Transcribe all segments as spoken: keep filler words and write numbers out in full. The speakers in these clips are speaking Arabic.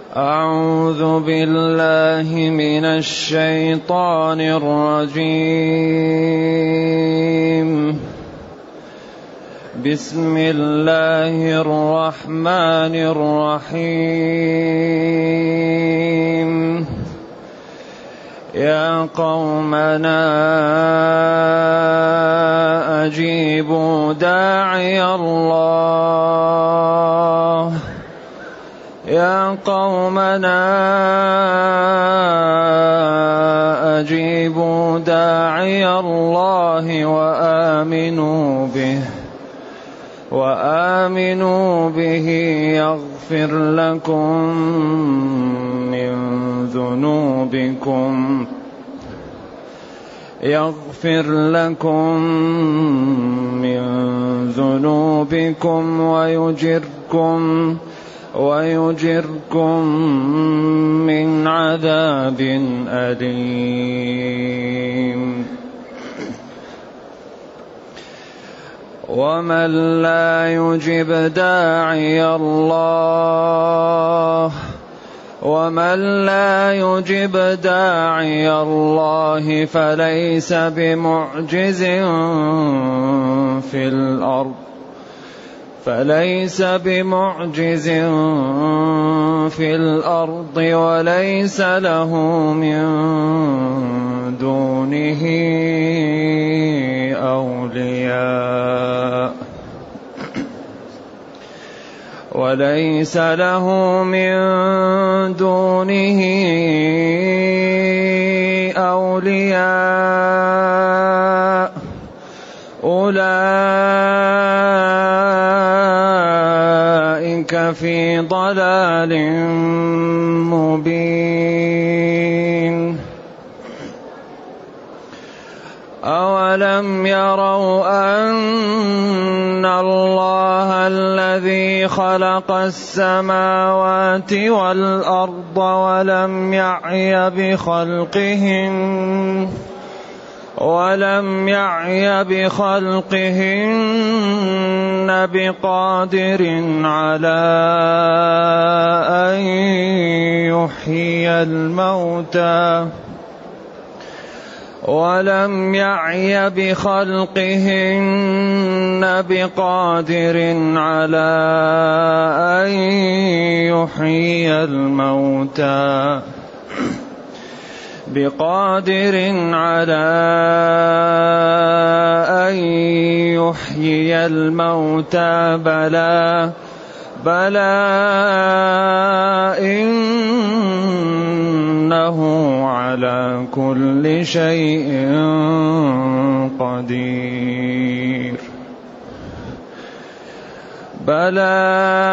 أعوذ بالله من الشيطان الرجيم. بسم الله الرحمن الرحيم. يا قومنا أجيبوا داعي الله يا قومنا أجيبوا داعي الله وآمنوا به وآمنوا به يغفر لكم من ذنوبكم يغفر لكم من ذنوبكم ويجركم ويجركم من عذاب أليم. ومن لا يجب داعي الله ومن لا يجب داعي الله فليس بمعجز في الأرض فليس بمعجز في الأرض وليس له من دونه أولياء وليس له من دونه أولياء أولئك في ضلال مبين. أولم يروا أن الله الذي خلق السماوات والأرض ولم يعي بخلقهن ولم يعي بخلقهن بقادر على أن يحيي الموتى ولم يعي بخلقهن بقادر على أن يحيي الموتى بقادر على أن يحيي الموتى بلى بلى إنه على كل شيء قدير بلى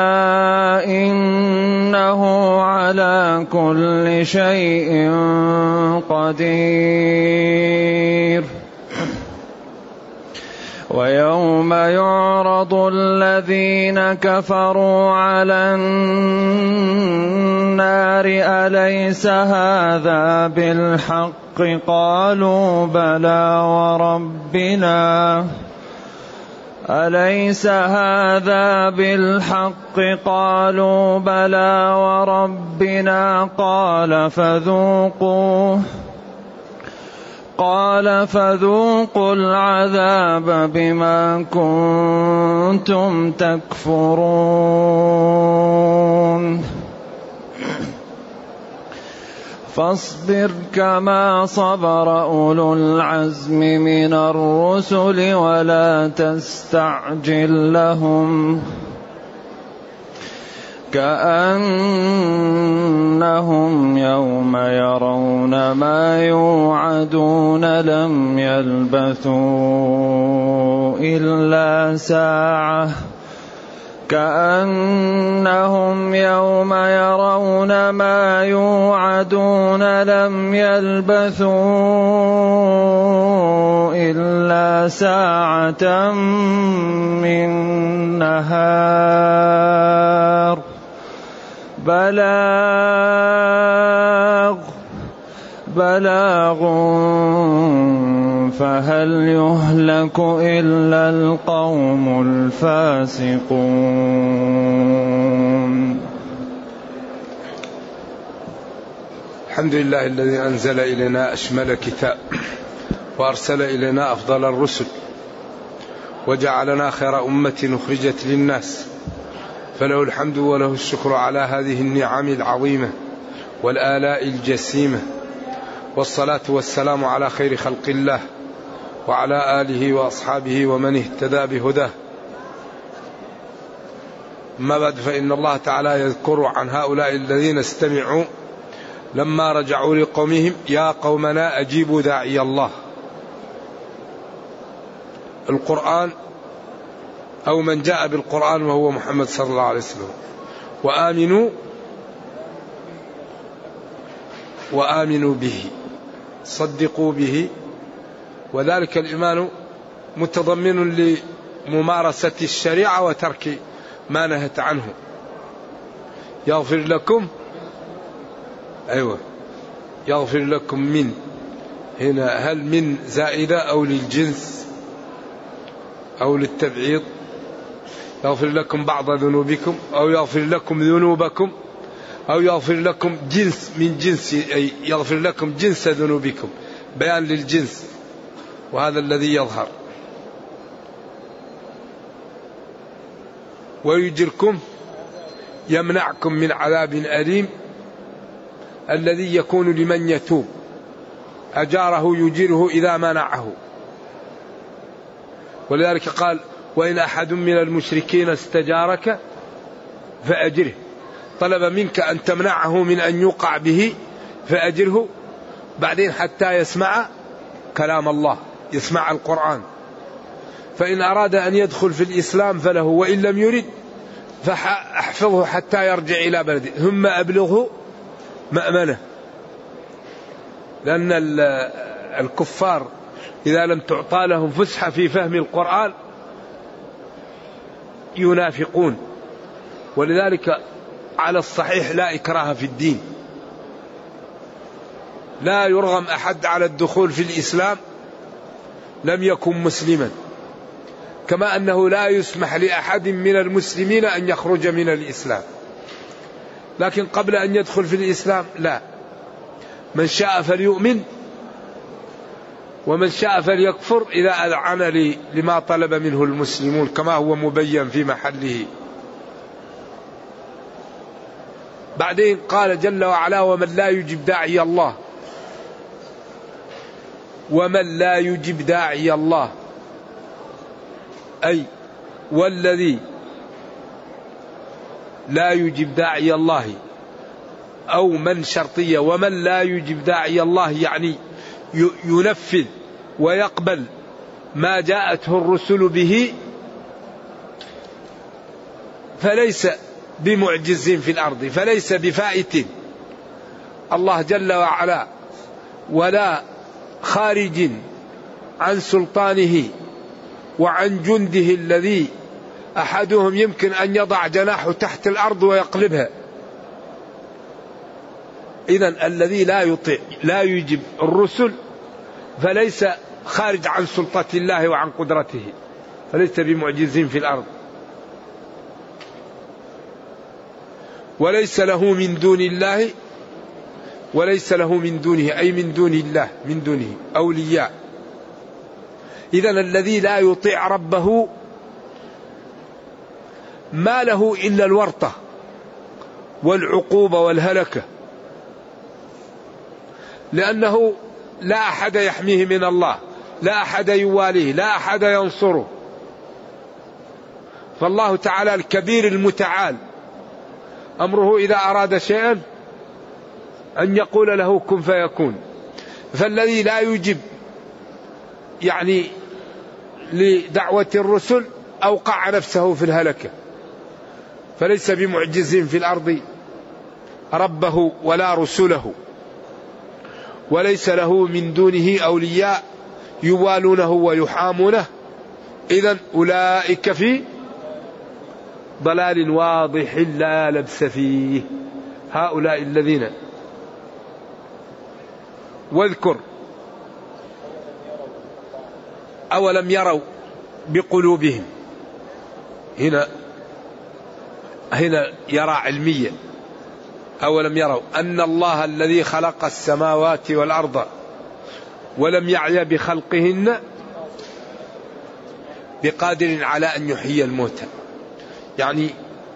إنه على كل شيء قدير. ويوم يعرض الذين كفروا على النار أليس هذا بالحق قالوا بلى وربنا أليس هذا بالحق قالوا بلى وربنا قال فذوقوا قال فذوقوا العذاب بما كنتم تكفرون. فاصبر كما صبر أولو العزم من الرسل ولا تستعجل لهم كأنهم يوم يرون ما يوعدون لم يلبثوا إلا ساعة كأنهم يوم يرون ما يوعدون لم يلبثوا إلا ساعة من نهار بلاغ بلاغ فهل يهلك إلا القوم الفاسقون. الحمد لله الذي أنزل إلينا أشمل كتاب وأرسل إلينا أفضل الرسل وجعلنا خير أمة أخرجت للناس، فله الحمد وله الشكر على هذه النعم العظيمة والآلاء الجسيمة، والصلاة والسلام على خير خلق الله وعلى آله وأصحابه ومن اهتدى بهداه. أما بعد، فإن الله تعالى يذكر عن هؤلاء الذين استمعوا لما رجعوا لقومهم: يا قومنا أجيبوا داعي الله. القرآن أو من جاء بالقرآن وهو محمد صلى الله عليه وسلم، وآمنوا وآمنوا به، صدقوا به. وذلك الإيمان متضمن لممارسة الشريعة وترك ما نهت عنه. يغفر لكم، أيوة يغفر لكم من، هنا هل من زائدة أو للجنس أو للتبعيض؟ يغفر لكم بعض ذنوبكم أو يغفر لكم ذنوبكم أو يغفر لكم جنس من جنس، أي يغفر لكم جنس ذنوبكم، بيان للجنس، وهذا الذي يظهر. ويجركم، يمنعكم من عذاب أليم الذي يكون لمن يتوب، أجاره يجيره إذا منعه. ولذلك قال: وإن أحد من المشركين استجارك فأجره. طلب منك أن تمنعه من أن يوقع به، فأجره بعدين حتى يسمع كلام الله، يسمع القرآن. فإن أراد أن يدخل في الإسلام فله، وإن لم يرد فاحفظه حتى يرجع إلى بلده، ثم أبلغه مأمنه. لأن الكفار إذا لم تعطى لهم فسحة في فهم القرآن ينافقون. ولذلك على الصحيح لا إكراه في الدين، لا يرغم أحد على الدخول في الإسلام لم يكن مسلما، كما أنه لا يسمح لأحد من المسلمين أن يخرج من الإسلام. لكن قبل أن يدخل في الإسلام لا، من شاء فليؤمن ومن شاء فليكفر إذا أذعن لما طلب منه المسلمون، كما هو مبين في محله. بعدين قال جل وعلا: ومن لا يجب داعي الله. ومن لا يجب داعي الله، أي والذي لا يجب داعي الله، أو من شرطية. ومن لا يجب داعي الله يعني ينفذ ويقبل ما جاءته الرسل به، فليس بمعجز في الأرض، فليس بفائت الله جل وعلا، ولا خارج عن سلطانه وعن جنده الذي أحدهم يمكن أن يضع جناحه تحت الأرض ويقلبها. إذن الذي لا يطيع لا يجب الرسل فليس خارج عن سلطة الله وعن قدرته، فليس بمعجز في الأرض. وليس له من دون الله، وليس له من دونه أي من دون الله، من دونه أولياء. إذن الذي لا يطيع ربه ما له إلا الورطة والعقوبة والهلكة، لأنه لا أحد يحميه من الله، لا أحد يواليه، لا أحد ينصره. فالله تعالى الكبير المتعال أمره إذا أراد شيئا أن يقول له كن فيكون. فالذي لا يجب يعني لدعوة الرسل أوقع نفسه في الهلكة، فليس بمعجز في الأرض ربه ولا رسله، وليس له من دونه أولياء يوالونه ويحامونه. إذن أولئك في ضلال واضح لا لبس فيه، هؤلاء الذين. واذكر أولم يروا بقلوبهم، هنا هنا يرى علميا، أولم يروا أن الله الذي خلق السماوات والأرض ولم يعي بخلقهن بقادر على أن يحيي الموتى. يعني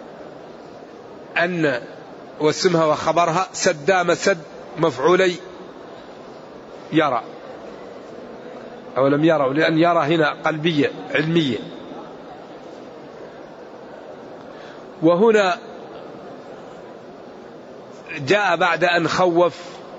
أن واسمها وخبرها سدا مسد مفعولي يرى. أولم يروا، لأن يرى هنا قلبية علمية. وهنا جاء بعد أن خوف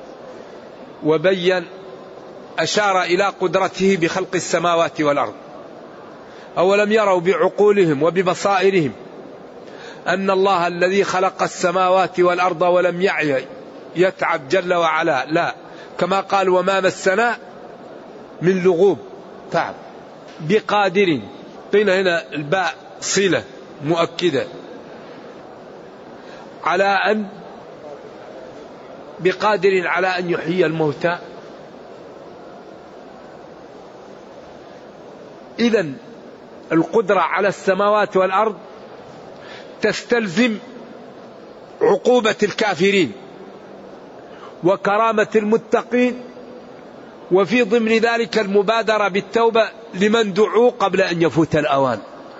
وبين أشار إلى قدرته بخلق السماوات والأرض. أولم يروا بعقولهم وببصائرهم أن الله الذي خلق السماوات والأرض ولم يعي يتعب جل وعلا، لا، كما قال وما مسنا من لغوب تعب، بقادر، قيل هنا الباء صلة مؤكدة على أن بقادر على أن يحيي الموتى. إذن القدرة على السماوات والأرض تستلزم عقوبة الكافرين وكرامة المتقين، وفي ضمن ذلك المبادرة بالتوبة لمن دعوا قبل أن يفوت الأوان.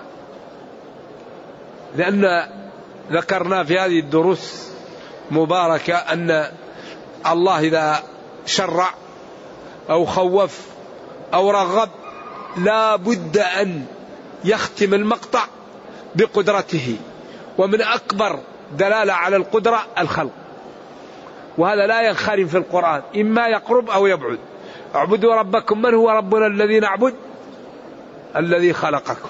لأن ذكرنا في هذه الدروس مباركة أن الله إذا شرع أو خوف أو رغب لا بد أن يختم المقطع بقدرته، ومن أكبر دلالة على القدرة الخلق، وهذا لا ينخرم في القرآن، إما يقرب أو يبعد. اعبدوا ربكم من هو ربنا الذي نعبد الذي خلقكم.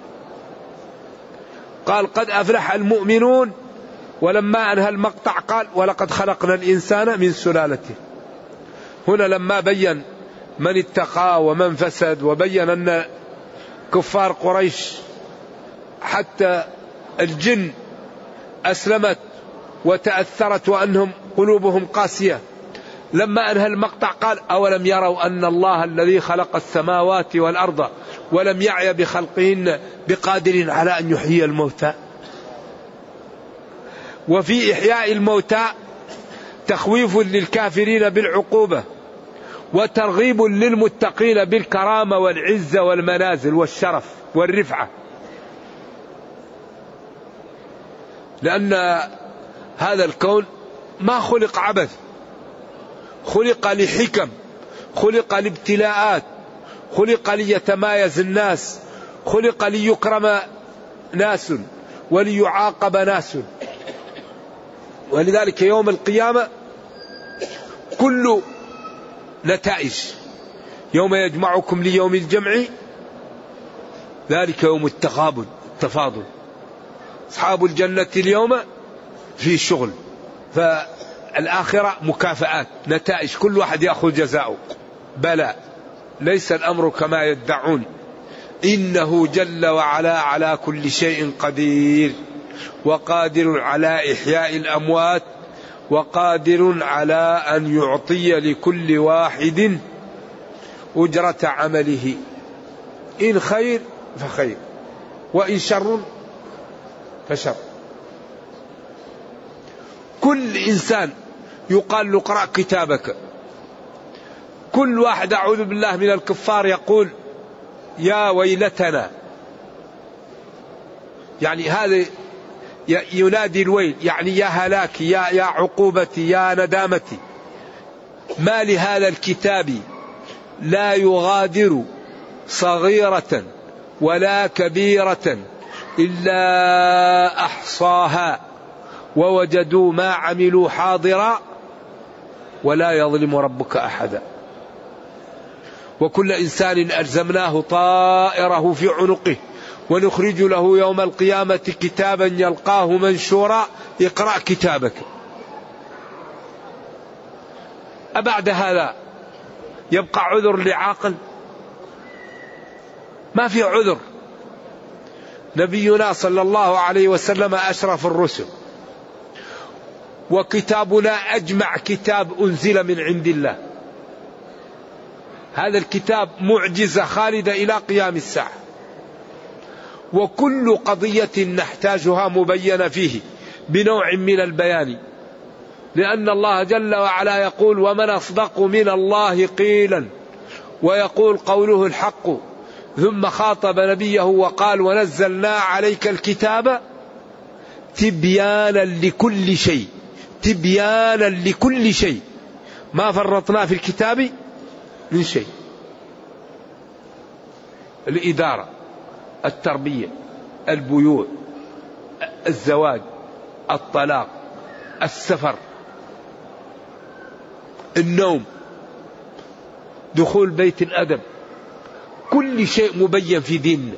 قال قد أفلح المؤمنون، ولما أنهى المقطع قال ولقد خلقنا الإنسان من سلالته. هنا لما بين من اتقى ومن فسد، وبين أن كفار قريش حتى الجن أسلمت وتأثرت وأنهم قلوبهم قاسية، لما أنهى المقطع قال أولم يروا أن الله الذي خلق السماوات والأرض ولم يعي بخلقهن بقادر على أن يحيي الموتى. وفي إحياء الموتى تخويف للكافرين بالعقوبة، وترغيب للمتقين بالكرامة والعزة والمنازل والشرف والرفعة. لأن هذا الكون ما خلق عبث، خلق لحكم، خلق لابتلاءات، خلق ليتمايز الناس، خلق ليكرم ناس وليعاقب ناس. ولذلك يوم القيامة كل نتائج، يوم يجمعكم ليوم الجمع ذلك يوم التغابن التفاضل، أصحاب الجنة اليوم في شغل، فالآخرة مكافآت نتائج، كل واحد يأخذ جزاؤه. بلى ليس الأمر كما يدعون، إنه جل وعلا على كل شيء قدير، وقادر على إحياء الأموات، وقادر على أن يعطي لكل واحد أجرة عمله، إن خير فخير وإن شر فشر. كل إنسان يقال له اقرأ كتابك، كل واحد أعوذ بالله من الكفار يقول يا ويلتنا، يعني هذا ينادي الويل، يعني يا هلاكي، يا يا عقوبتي، يا ندامتي. ما لهذا الكتاب لا يغادر صغيرة ولا كبيرة إلا أحصاها ووجدوا ما عملوا حاضرا ولا يظلم ربك أحدا. وكل إنسان ألزمناه طائره في عنقه ونخرج له يوم القيامة كتابا يلقاه منشورا اقرأ كتابك. أبعد هذا يبقى عذر لعاقل؟ ما في عذر. نبينا صلى الله عليه وسلم أشرف الرسل، وكتابنا أجمع كتاب أنزل من عند الله. هذا الكتاب معجزة خالدة إلى قيام الساعة، وكل قضية نحتاجها مبينة فيه بنوع من البيان، لأن الله جل وعلا يقول ومن أصدق من الله قيلا، ويقول قوله الحق. ثم خاطب نبيه وقال ونزلنا عليك الكتاب تبيانا لكل شيء، تبيانا لكل شيء، ما فرطنا في الكتاب من شيء. الإدارة، التربية، البيوع، الزواج، الطلاق، السفر، النوم، دخول بيت الأدب، كل شيء مبين في ديننا.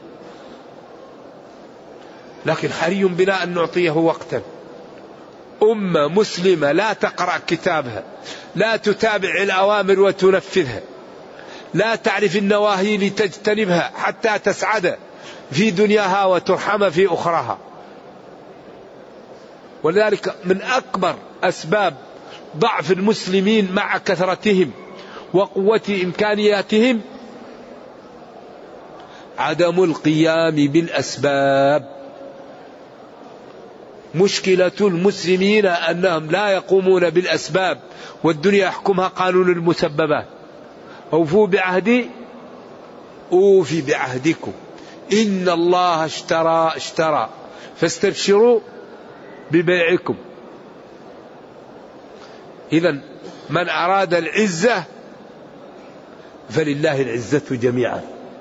لكن حري بنا أن نعطيه وقتا. أمة مسلمة لا تقرأ كتابها، لا تتابع الأوامر وتنفذها، لا تعرف النواهي لتجتنبها حتى تسعد في دنياها وترحم في أخراها. ولذلك من أكبر أسباب ضعف المسلمين مع كثرتهم وقوة إمكانياتهم عدم القيام بالأسباب. مشكلة المسلمين أنهم لا يقومون بالأسباب، والدنيا يحكمها قانون المسببات. أوفوا بعهدي أوفي بعهدكم إن الله اشترى اشترى فاستبشروا ببيعكم. إذن من أراد العزة فلله العزة جميعا،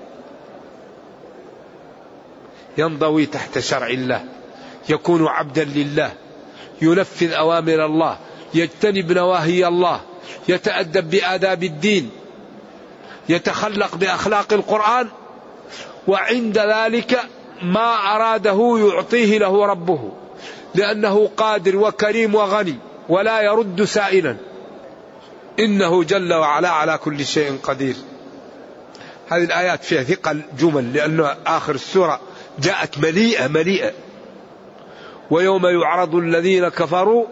ينضوي تحت شرع الله، يكون عبدا لله، ينفذ أوامر الله، يجتنب نواهي الله، يتأدب بآداب الدين، يتخلق بأخلاق القرآن، وعند ذلك ما أراده يعطيه له ربه، لأنه قادر وكريم وغني ولا يرد سائلا، إنه جل وعلا على كل شيء قدير. هذه الآيات فيها ثقل جمل، لأن آخر السورة جاءت مليئة مليئة. ويوم يعرض الذين كفروا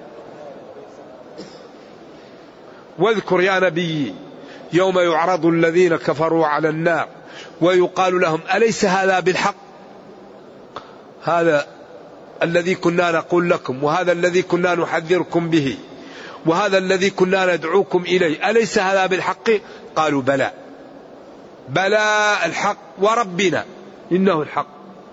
واذكر يا نبي يوم يعرض الذين كفروا على النار ويقال لهم أليس هذا بالحق؟ هذا الذي كنا نقول لكم، وهذا الذي كنا نحذركم به، وهذا الذي كنا ندعوكم إليه، أليس هذا بالحق؟ قالوا بلى بلى الحق وربنا إنه الحق.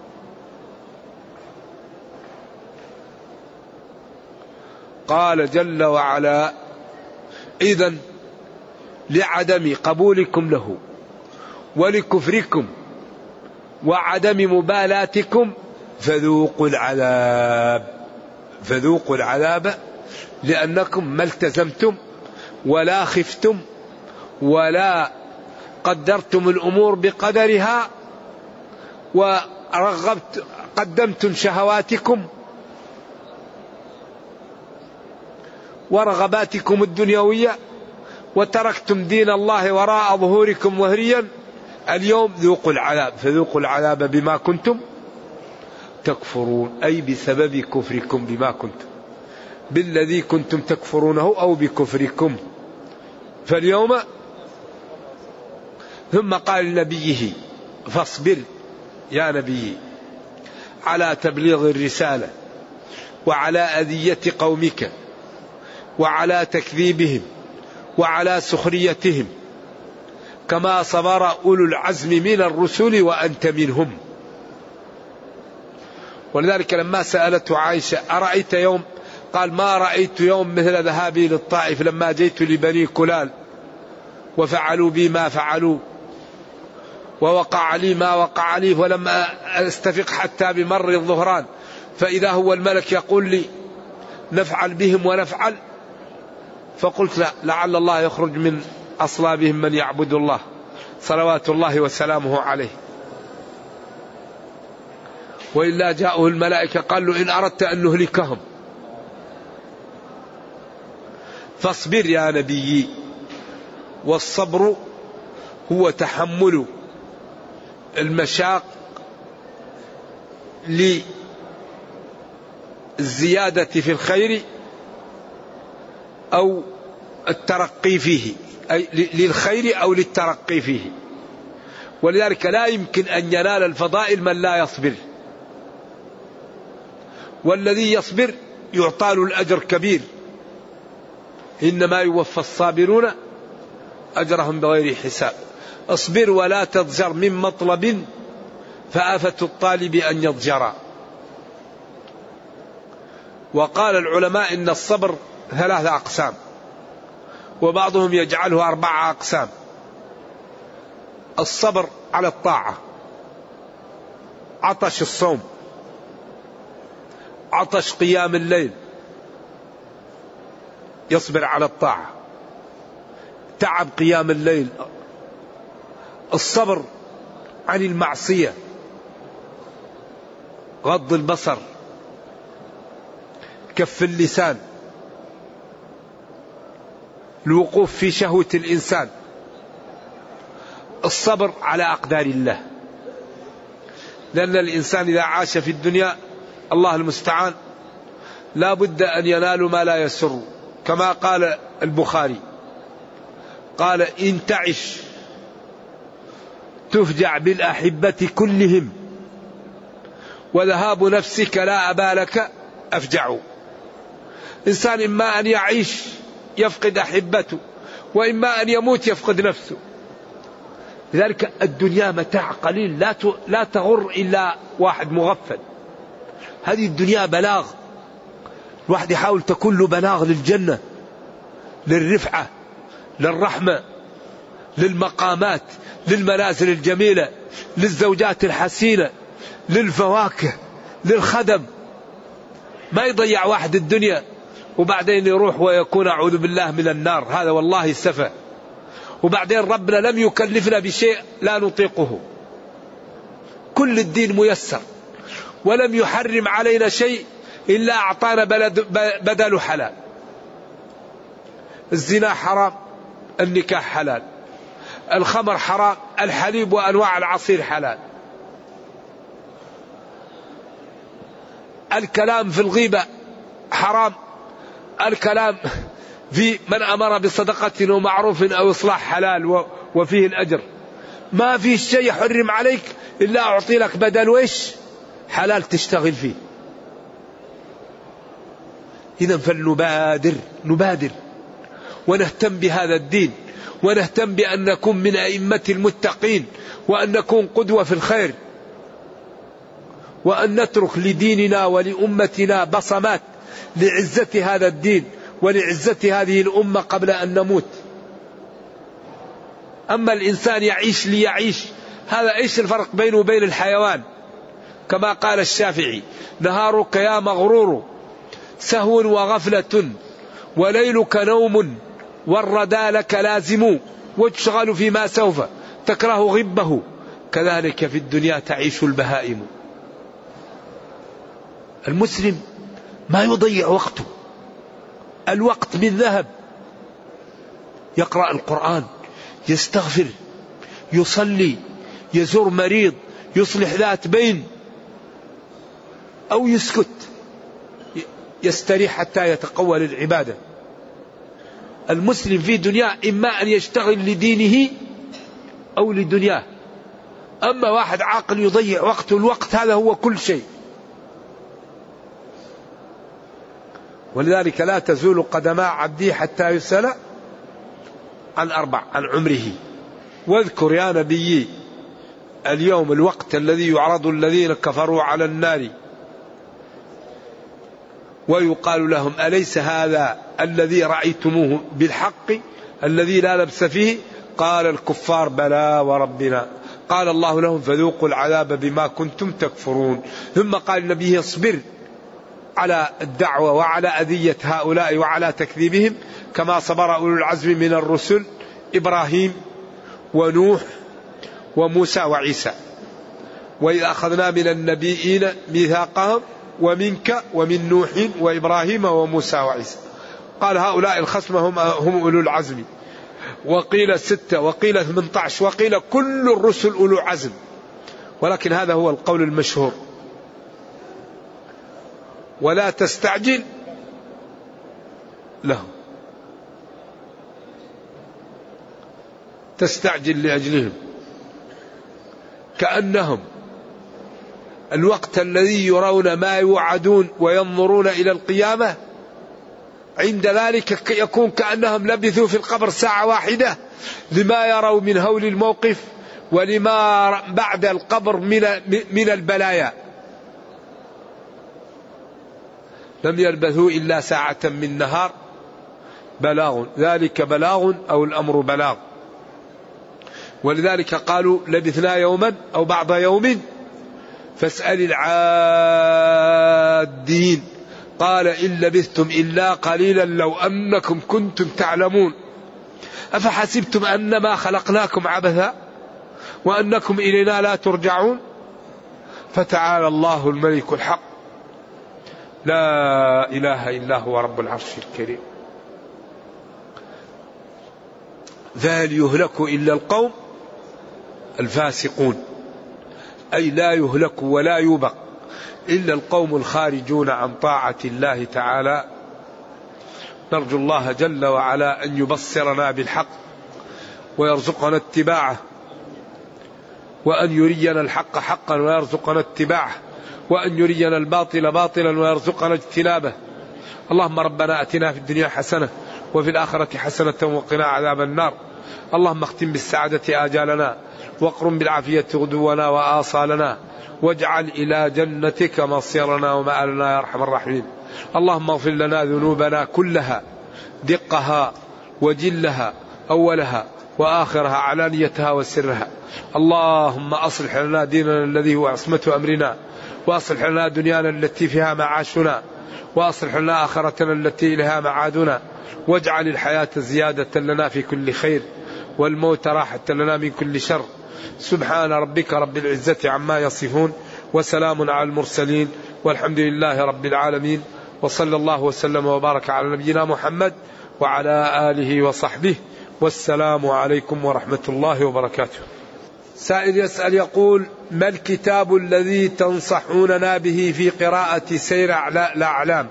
قال جل وعلا إذن لعدم قبولكم له ولكفركم وعدم مبالاتكم فذوقوا العذاب، فذوقوا العذاب لأنكم ما التزمتم ولا خفتم ولا قدرتم الأمور بقدرها، ورغبت قدمتم شهواتكم ورغباتكم الدنيوية، وتركتم دين الله وراء ظهوركم وهريا. اليوم ذوقوا العذاب، فذوقوا العذاب بما كنتم تكفرون، أي بسبب كفركم بما كنتم، بالذي كنتم تكفرونه أو بكفركم. فاليوم ثم قال لنبيه فاصبر يا نبي على تبليغ الرسالة وعلى أذية قومك وعلى تكذيبهم وعلى سخريتهم كما صبر أولو العزم من الرسل وأنت منهم. ولذلك لما سألته عائشة أرأيت يوم، قال ما رأيت يوم مثل ذهابي للطائف لما جئت لبني كلال وفعلوا بي ما فعلوا ووقع لي ما وقع لي، ولم أستفق حتى بمر الظهران فإذا هو الملك يقول لي نفعل بهم ونفعل، فقلت لا لعل الله يخرج من أصلابهم من يعبد الله صلوات الله وسلامه عليه، وإلا جاءه الملائكة قال له إن أردت أن نهلكهم فاصبر يا نبي. والصبر هو تحمل المشاق للزيادة في الخير أو الترقي فيه، أي للخير أو للترقي فيه. ولذلك لا يمكن أن ينال الفضائل من لا يصبر، والذي يصبر يعطى له الأجر كبير إنما يوفى الصابرون أجرهم بغير حساب. اصبر ولا تضجر من مطلب فآفة الطالب أن يضجر. وقال العلماء إن الصبر ثلاثة أقسام، وبعضهم يجعله أربعة أقسام. الصبر على الطاعة، عطش الصوم، عطش قيام الليل يصبر على الطاعة، تعب قيام الليل. الصبر عن المعصية، غض البصر، كف اللسان، الوقوف في شهوة الإنسان. الصبر على أقدار الله، لأن الإنسان إذا عاش في الدنيا الله المستعان لا بد أن ينال ما لا يسر، كما قال البخاري قال إن تعش تفجع بالأحبة كلهم وذهاب نفسك لا أبالك أفجع. إنسان إما أن يعيش يفقد أحبته، وإما أن يموت يفقد نفسه. لذلك الدنيا متاع قليل لا لا تغر إلا واحد مغفل. هذه الدنيا بلاغ، الواحد يحاول تكون له بلاغ للجنة، للرفعة، للرحمة، للمقامات، للمنازل الجميلة، للزوجات الحسينة، للفواكه، للخدم. ما يضيع واحد الدنيا وبعدين يروح ويكون أعوذ بالله من النار، هذا والله سفه. وبعدين ربنا لم يكلفنا بشيء لا نطيقه، كل الدين ميسر، ولم يحرم علينا شيء إلا أعطانا بدل حلال. الزنا حرام، النكاح حلال، الخمر حرام، الحليب وأنواع العصير حلال، الكلام في الغيبة حرام، الكلام في من أمر بصدقة ومعروف أو إصلاح حلال وفيه الأجر. ما في شيء حرم عليك إلا أعطي لك بدل وإيش حلال تشتغل فيه. إذن فلنبادر نبادر ونهتم بهذا الدين، ونهتم بأن نكون من أئمة المتقين، وأن نكون قدوة في الخير، وأن نترك لديننا ولأمتنا بصمات لعزة هذا الدين ولعزة هذه الأمة قبل أن نموت. أما الإنسان يعيش ليعيش، هذا إيش الفرق بينه وبين الحيوان؟ كما قال الشافعي نهارك يا مغرور سهو وغفلة، وليلك نوم والردى لك لازم، وتشغل فيما سوف تكره غبه، كذلك في الدنيا تعيش البهائم. المسلم ما يضيع وقته، الوقت من ذهب، يقرأ القرآن، يستغفر، يصلي، يزور مريض، يصلح ذات بين، أو يسكت يستريح حتى يتقوى للعبادة. المسلم في دنيا إما أن يشتغل لدينه أو لدنياه. أما واحد عاقل يضيع وقته، الوقت هذا هو كل شيء. ولذلك لا تزول قدما عبدي حتى يسأل عن أربع، عن عمره. واذكر يا نبي اليوم الوقت الذي يعرض الذين كفروا على النار ويقال لهم أليس هذا الذي رأيتموه بالحق الذي لا لبس فيه؟ قال الكفار بلى وربنا. قال الله لهم فذوقوا العذاب بما كنتم تكفرون. ثم قال النبي اصبر على الدعوة وعلى أذية هؤلاء وعلى تكذيبهم كما صبر أولو العزم من الرسل إبراهيم ونوح وموسى وعيسى. وإذا أخذنا من النبيين ميثاقهم ومنك ومن نوح وإبراهيم وموسى وعيسى. قال هؤلاء الخصم هم, هم أولو العزم. وقيل ستة وقيل ثمانية عشر وقيل كل الرسل أولو عزم، ولكن هذا هو القول المشهور. ولا تستعجل لهم، تستعجل لأجلهم، كأنهم الوقت الذي يرون ما يوعدون وينظرون إلى القيامة عند ذلك يكون كأنهم لبثوا في القبر ساعة واحدة لما يروا من هول الموقف ولما بعد القبر من من البلايا. لم يلبثوا إلا ساعة من نهار بلاغ، ذلك بلاغ أو الأمر بلاغ. ولذلك قالوا لبثنا يوما أو بعض يوم فاسأل العادين قال إن لبثتم إلا قليلا لو أنكم كنتم تعلمون أفحسبتم أنما خلقناكم عبثا وأنكم إلينا لا ترجعون فتعالى الله الملك الحق لا إله إلا هو رب العرش الكريم. فهل يهلك إلا القوم الفاسقون، أي لا يهلك ولا يبق إلا القوم الخارجون عن طاعة الله تعالى. نرجو الله جل وعلا أن يبصرنا بالحق ويرزقنا اتباعه، وأن يرينا الحق حقا ويرزقنا اتباعه، وأن يرينا الباطل باطلا ويرزقنا اجتنابه. اللهم ربنا أتنا في الدنيا حسنة وفي الآخرة حسنة وقنا عذاب النار. اللهم اختم بالسعادة آجالنا واقرم بالعافية غدونا وآصالنا واجعل إلى جنتك مصيرنا ومآلنا يا أرحم الراحمين. اللهم اغفر لنا ذنوبنا كلها دقها وجلها أولها وآخرها علانيتها وسرها. اللهم أصلح لنا ديننا الذي هو عصمة أمرنا، وأصلح لنا دنيانا التي فيها معاشنا، وأصلح لنا آخرتنا التي إليها معادنا، واجعل الحياة زيادة لنا في كل خير والموت راحة لنا من كل شر. سبحان ربك رب العزة عما يصفون وسلام على المرسلين والحمد لله رب العالمين، وصلى الله وسلم وبارك على نبينا محمد وعلى آله وصحبه، والسلام عليكم ورحمة الله وبركاته. سائل يسأل يقول: ما الكتاب الذي تنصحوننا به في قراءة سير الأعلام؟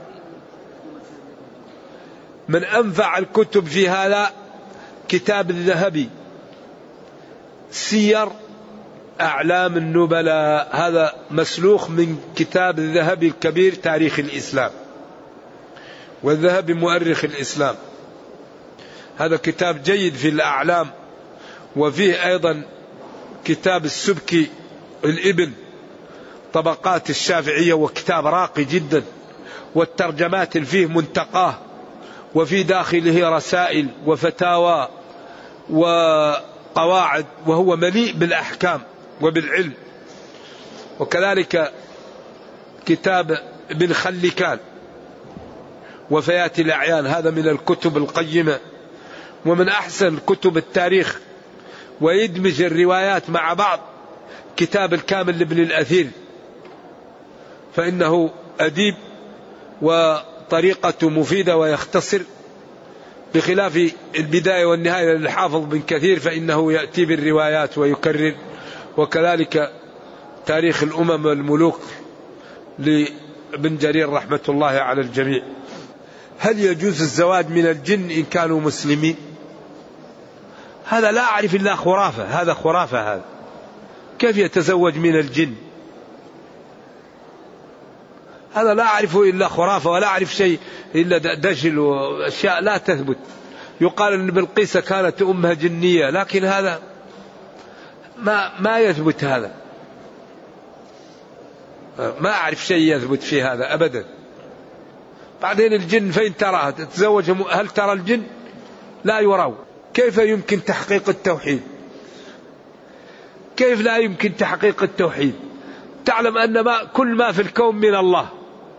من أنفع الكتب في هذا كتاب الذهبي سير أعلام النبلاء، هذا مسلوخ من كتاب الذهبي الكبير تاريخ الإسلام، والذهبي مؤرخ الإسلام. هذا كتاب جيد في الأعلام. وفيه أيضا كتاب السبكي الإبن طبقات الشافعية، وكتاب راقي جدا، والترجمات اللي فيه منتقاه، وفي داخله رسائل وفتاوى وقواعد، وهو مليء بالأحكام وبالعلم. وكذلك كتاب ابن خلكان وفيات الأعيان، هذا من الكتب القيمة ومن أحسن كتب التاريخ، ويدمج الروايات مع بعض كتاب الكامل لابن الأثير، فإنه أديب وطريقته مفيدة ويختصر، بخلاف البداية والنهاية للحافظ بن كثير فإنه يأتي بالروايات ويكرر. وكذلك تاريخ الأمم والملوك لابن جرير رحمة الله على الجميع. هل يجوز الزواج من الجن إن كانوا مسلمين؟ هذا لا أعرف إلا خرافة، هذا خرافة. هذا كيف يتزوج من الجن؟ هذا لا أعرفه إلا خرافة، ولا أعرف شيء إلا دجل وأشياء لا تثبت. يقال أن بلقيس كانت أمها جنية، لكن هذا ما ما يثبت. هذا ما أعرف شيء يثبت في هذا أبدا. بعدين الجن فين تراها؟ تتزوج، هل ترى الجن؟ لا يروا. كيف يمكن تحقيق التوحيد؟ كيف لا يمكن تحقيق التوحيد؟ تعلم أن ما كل ما في الكون من الله،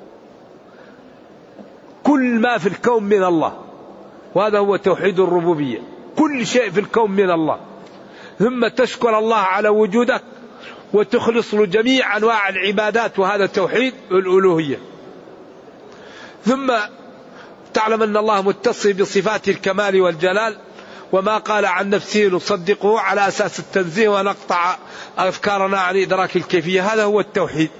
كل ما في الكون من الله، وهذا هو توحيد الربوبية. كل شيء في الكون من الله، ثم تشكر الله على وجودك وتخلص له جميع أنواع العبادات، وهذا توحيد الألوهية. ثم تعلم أن الله متصف بصفات الكمال والجلال، وما قال عن نفسه نصدقه على أساس التنزيه ونقطع أفكارنا عن إدراك الكيفية. هذا هو التوحيد.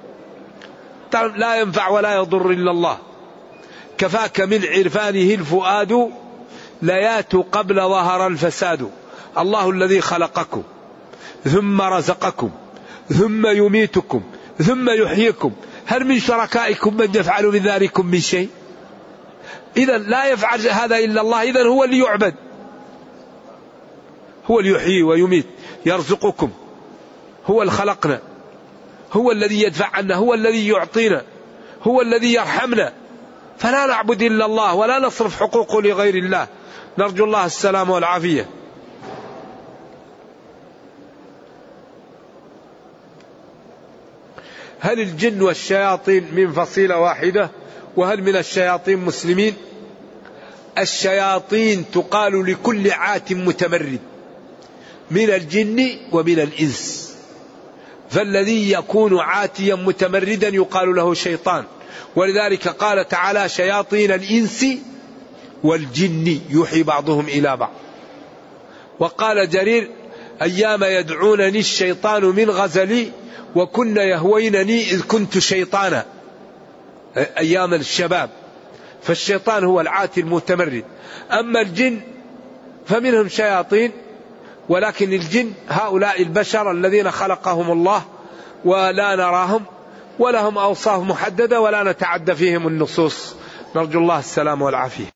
لا ينفع ولا يضر إلا الله. كفاك من عرفانه الفؤاد ليات قبل ظهر الفساد. الله الذي خلقكم ثم رزقكم ثم يميتكم ثم يحييكم، هل من شركائكم من يفعل من ذلكم من شيء؟ إذا لا يفعل هذا إلا الله، إذا هو اللي يعبد، هو اللي يحيي ويميت، يرزقكم، هو اللي خلقنا، هو الذي يدفع عنا، هو الذي يعطينا، هو الذي يرحمنا، فلا نعبد إلا الله ولا نصرف حقوقه لغير الله. نرجو الله السلام والعافية. هل الجن والشياطين من فصيلة واحدة؟ وهل من الشياطين مسلمين؟ الشياطين تقال لكل عات متمرد من الجن ومن الإنس، فالذي يكون عاتيا متمردا يقال له شيطان، ولذلك قال تعالى شياطين الإنس والجن يوحي بعضهم إلى بعض. وقال جرير أيام يدعونني الشيطان من غزلي وكن يهوينني إذ كنت شيطانا، أيام الشباب. فالشيطان هو العاتي المتمرد. أما الجن فمنهم شياطين، ولكن الجن هؤلاء البشر الذين خلقهم الله ولا نراهم ولهم أوصاف محددة ولا نتعدى فيهم النصوص. نرجو الله السلام والعافية.